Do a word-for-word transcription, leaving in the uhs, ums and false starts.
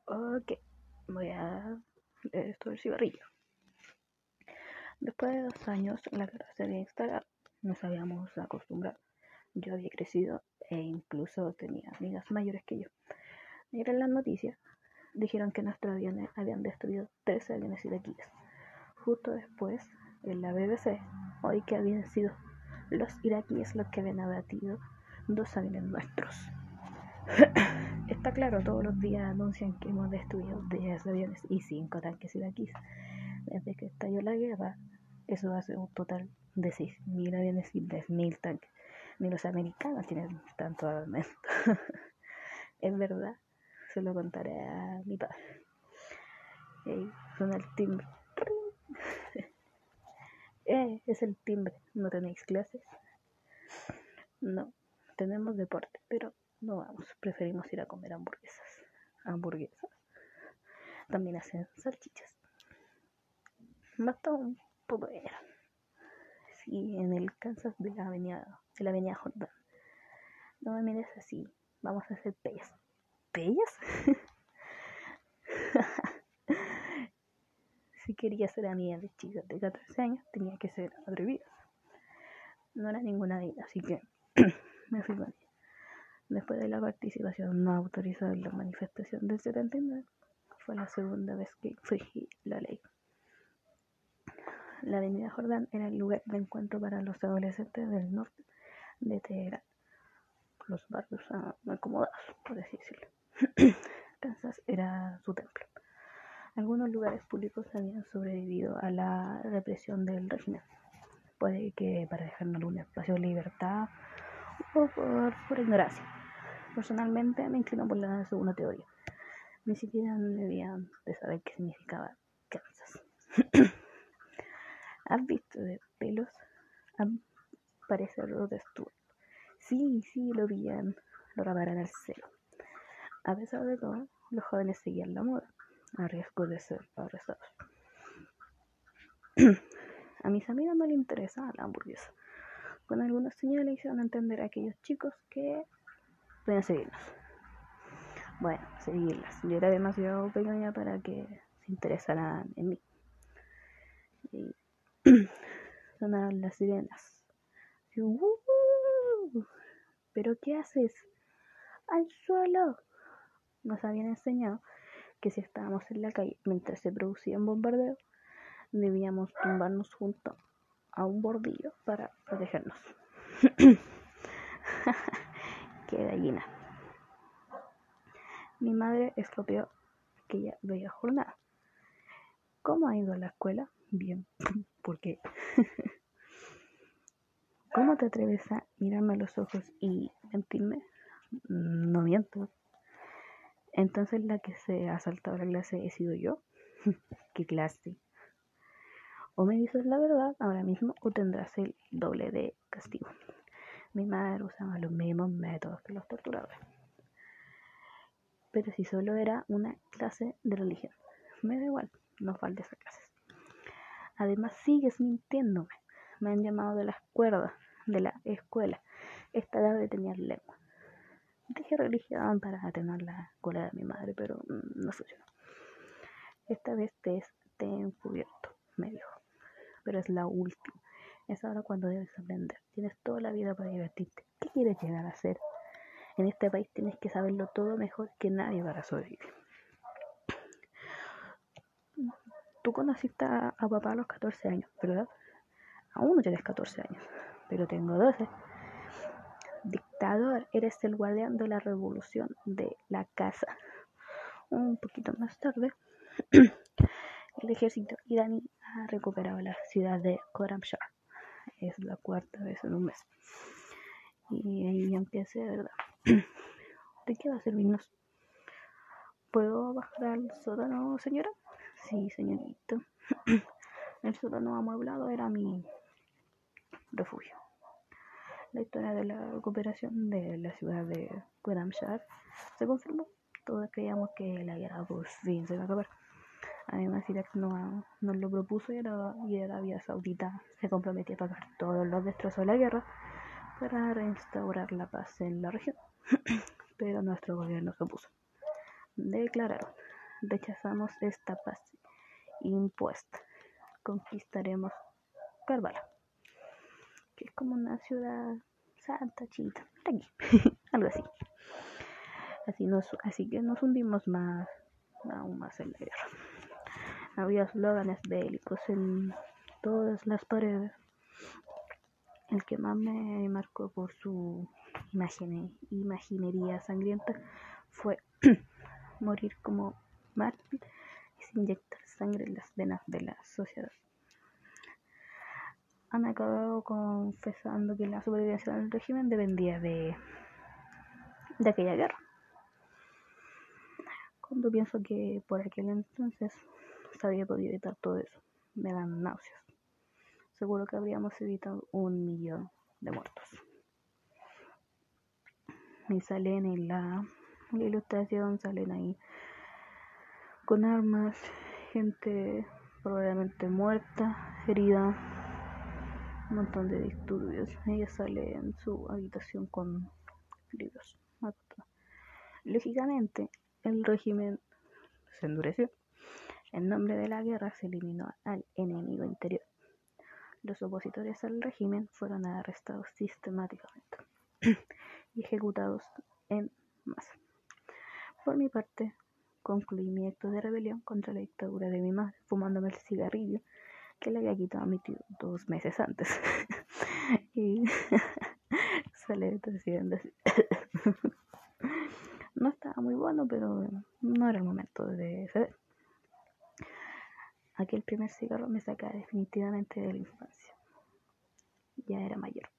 Ok, voy a leer esto del cigarrillo. Después de dos años, la guerra se había instalado. Nos habíamos acostumbrado. Yo había crecido e incluso tenía amigas mayores que yo. Ayer en las noticias dijeron que nuestros aviones habían destruido trece aviones iraquíes. Justo después, en la B B C, oí que habían sido los iraquíes los que habían abatido dos aviones nuestros. Está claro, todos los días anuncian que hemos destruido diez aviones y cinco tanques iraquíes. Desde que estalló la guerra, eso hace un total de seis mil aviones y diez mil tanques. Ni los americanos tienen tanto armamento. Es verdad, se lo contaré a mi padre. Hey, suena el timbre. Eh, es el timbre. ¿No tenéis clases? No, tenemos deporte, pero no vamos. Preferimos ir a comer hamburguesas. ¿Hamburguesas? También hacen salchichas. Basta un poco de dinero. Sí, en el Kansas de la avenida, de la avenida Jordán. No me mires así. Vamos a hacer pellas. ¿Pellas? Si quería ser amiga de chicas de catorce años, tenía que ser atrevida. No era ninguna de ellas, así que me fui con ella. Después de la participación no autorizada en la manifestación del setenta y nueve, fue la segunda vez que infringí la ley. La avenida Jordán era el lugar de encuentro para los adolescentes del norte de Teherán, los barrios acomodados, por así decirlo. Kansas era su templo. Algunos lugares públicos habían sobrevivido a la represión del régimen. Puede que para dejarnos algún espacio de libertad o por, por ignorancia. Personalmente me inclino por la segunda teoría. Ni siquiera debían de saber qué significaba Kansas. ¿Has visto de pelos? Parece Rod Stewart. Sí, sí, lo pillan, lo raparán al cero. A pesar de todo, los jóvenes seguían la moda, a riesgo de ser arrestados. A mis amigas no les interesaba la hamburguesa. Con algunas señales hicieron entender a aquellos chicos que podían seguirnos. Bueno, seguirlas. Yo era demasiado pequeña para que se interesaran en mí. Y sonaron las sirenas. Y, uh, ¿pero qué haces? ¡Al suelo! Nos habían enseñado que si estábamos en la calle mientras se producía un bombardeo, debíamos tumbarnos junto a un bordillo para protegernos. ¡Qué gallina! Mi madre estropeó aquella bella jornada. ¿Cómo ha ido a la escuela? Bien. ¿Por qué? ¿Cómo te atreves a mirarme a los ojos y mentirme? No miento. Entonces la que se ha saltado la clase he sido yo. ¿Qué clase? O me dices la verdad ahora mismo o tendrás el doble de castigo. Mi madre usaba los mismos métodos que los torturadores. Pero si solo era una clase de religión, me da igual, no faltes a clases. Además sigues mintiéndome. Me han llamado de las cuerdas de la escuela. Esta tarde tenía lengua. Dije religión para atenuar la cola de mi madre, pero mmm, no funcionó. Esta vez te, te he encubierto, me dijo. Pero es la última. Es ahora cuando debes aprender. Tienes toda la vida para divertirte. ¿Qué quieres llegar a ser? En este país tienes que saberlo todo mejor que nadie para sobrevivir. Tú conociste a, a papá a los catorce años, ¿verdad? Aún no tienes catorce años, pero tengo doce. Dictador, eres el guardián de la revolución de la casa. Un poquito más tarde, el ejército iraní ha recuperado la ciudad de Khorramshahr. Es la cuarta vez en un mes. Y ahí empieza, de verdad. ¿De qué va a servirnos? ¿Puedo bajar al sótano, señora? Sí, señorito. El sótano amueblado era mi refugio. La historia de la recuperación de la ciudad de Khorramshahr se confirmó. Todos creíamos que la guerra por fin se iba a acabar. Además, Irak no, nos lo propuso y, era, y Arabia Saudita se comprometía a pagar todos los destrozos de la guerra para restaurar la paz en la región. Pero nuestro gobierno se opuso. Declararon, rechazamos esta paz impuesta. Conquistaremos Karbala, que es como una ciudad santa, chiquita, aquí, algo así. Así, nos, así que nos hundimos más, aún más en la guerra. Había eslóganes bélicos en todas las paredes. El que más me marcó por su imagine, imaginería sangrienta fue morir como mártir y sin inyectar sangre en las venas de la sociedad. Han acabado confesando que la supervivencia del régimen dependía de, de aquella guerra. Cuando pienso que por aquel entonces se había podido evitar todo eso, me dan náuseas. Seguro que habríamos evitado un millón de muertos. Y salen en la, en la ilustración, salen ahí con armas, gente probablemente muerta, herida, un montón de disturbios. Ella sale en su habitación con libros. Lógicamente, el régimen se endureció. En nombre de la guerra se eliminó al enemigo interior. Los opositores al régimen fueron arrestados sistemáticamente y ejecutados en masa. Por mi parte, concluí mi acto de rebelión contra la dictadura de mi madre, fumándome el cigarrillo que le había quitado a mi tío dos meses antes. Y sale torciendo así. No estaba muy bueno, pero no era el momento de ceder. Aquel primer cigarro me saca definitivamente de la infancia. Ya era mayor.